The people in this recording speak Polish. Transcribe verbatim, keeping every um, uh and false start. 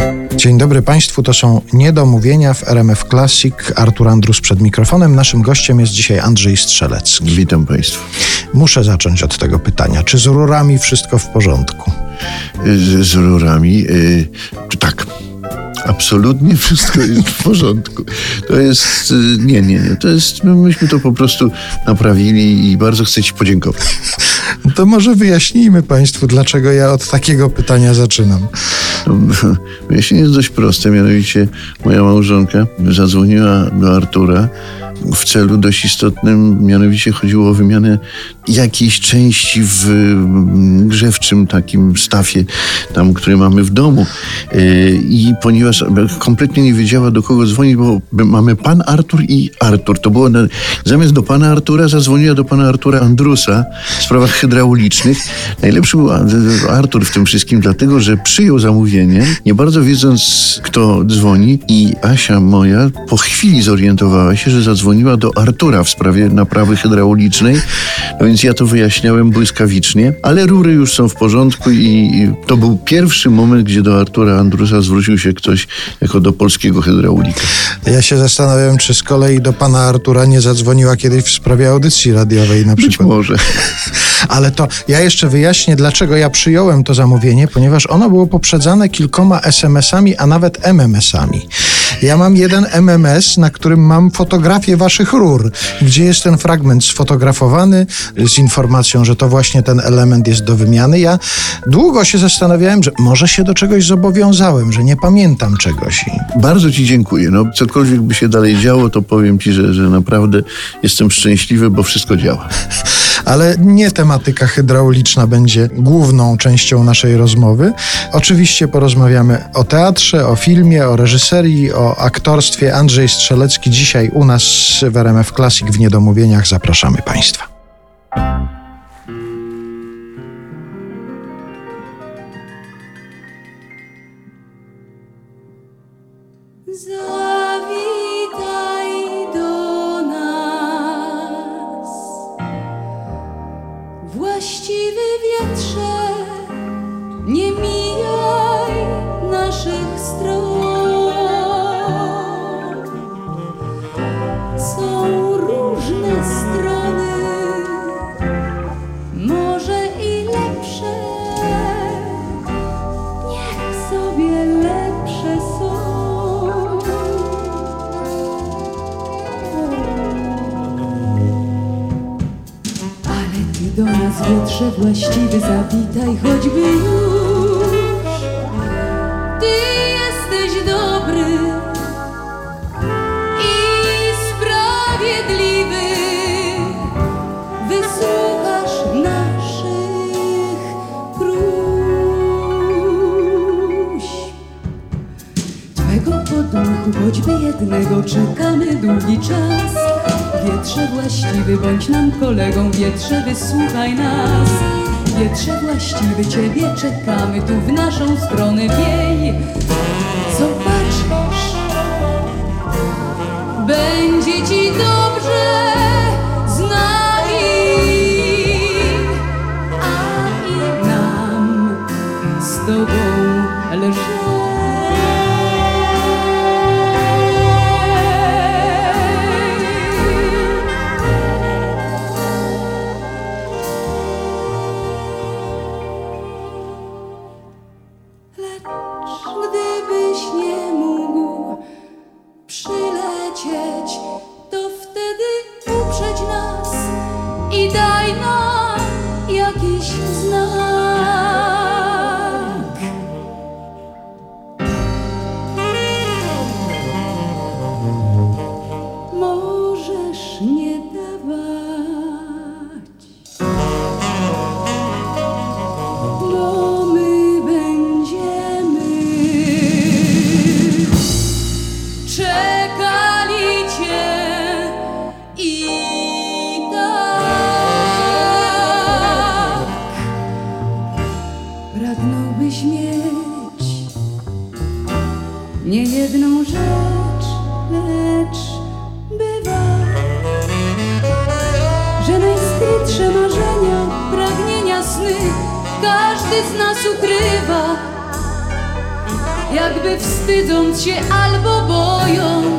Dzień dobry Państwu, to są Niedomówienia w R M F Classic. Artur Andrus przed mikrofonem. Naszym gościem jest dzisiaj Andrzej Strzelecki. Witam Państwa. Muszę zacząć od tego pytania. Czy z rurami wszystko w porządku? Z, z rurami? Yy, tak. Absolutnie wszystko jest w porządku. To jest... Nie, nie, nie. To jest... Myśmy to po prostu naprawili i bardzo chcę Ci podziękować. To może wyjaśnijmy Państwu, dlaczego ja od takiego pytania zaczynam. No, wyjaśnienie jest dość proste. Mianowicie moja małżonka zadzwoniła do Artura w celu dość istotnym, mianowicie chodziło o wymianę jakiejś części w grzewczym takim stafie, tam, który mamy w domu. I ponieważ kompletnie nie wiedziała, do kogo dzwonić, bo mamy pan Artur i Artur. To było, na... zamiast do pana Artura zadzwoniła do pana Artura Andrusa w sprawach hydraulicznych. Najlepszy był Artur w tym wszystkim, dlatego, że przyjął zamówienie, nie bardzo wiedząc, kto dzwoni, i Asia moja po chwili zorientowała się, że zadzwoniła do Artura w sprawie naprawy hydraulicznej. No więc ja to wyjaśniałem błyskawicznie, ale rury już są w porządku i to był pierwszy moment, gdzie do Artura Andrusa zwrócił się ktoś jako do polskiego hydraulika. Ja się zastanawiam, czy z kolei do pana Artura nie zadzwoniła kiedyś w sprawie audycji radiowej na przykład. Być może. Ale to ja jeszcze wyjaśnię, dlaczego ja przyjąłem to zamówienie, ponieważ ono było poprzedzane kilkoma es em esami, a nawet em em esami. Ja mam jeden em em es, na którym mam fotografię waszych rur, gdzie jest ten fragment sfotografowany z informacją, że to właśnie ten element jest do wymiany. Ja długo się zastanawiałem, że może się do czegoś zobowiązałem, że nie pamiętam czegoś. Bardzo Ci dziękuję. No, cokolwiek by się dalej działo, to powiem Ci, że, że naprawdę jestem szczęśliwy, bo wszystko działa. Ale nie tematyka hydrauliczna będzie główną częścią naszej rozmowy. Oczywiście porozmawiamy o teatrze, o filmie, o reżyserii, o aktorstwie. Andrzej Strzelecki dzisiaj u nas w R M F Classic w Niedomówieniach. Zapraszamy Państwa. Zawitaj do nas, właściwy wietrze, nie mijaj naszych stron. Są różne strony, może i lepsze, niech sobie lepsze są. Ale Ty do nas, wietrze właściwy, zawitaj choćby już. Ty jesteś dobry i sprawiedliwy, wysłuchasz naszych próśb. Twego podmuchu, choćby jednego, czekamy długi czas. Wietrze właściwy, bądź nam kolegą, wietrze wysłuchaj nas. Wietrze właściwy, Ciebie czekamy, tu w naszą stronę wiej. Zobaczysz, będzie Ci dobrze z nami, a i nam z Tobą lżej. Gdybyś nie mógł przylecieć, to wtedy uprzedź nas i daj nam jakiś znak. Możesz nie dawać, bo my będziemy czekali Cię i tak pragnąłbyś mieć nie jedną rzecz, lecz bywa, że najskrytsze marzenia, pragnienia, sny każdy z nas ukrywa. jakby wstydząc się albo bojąc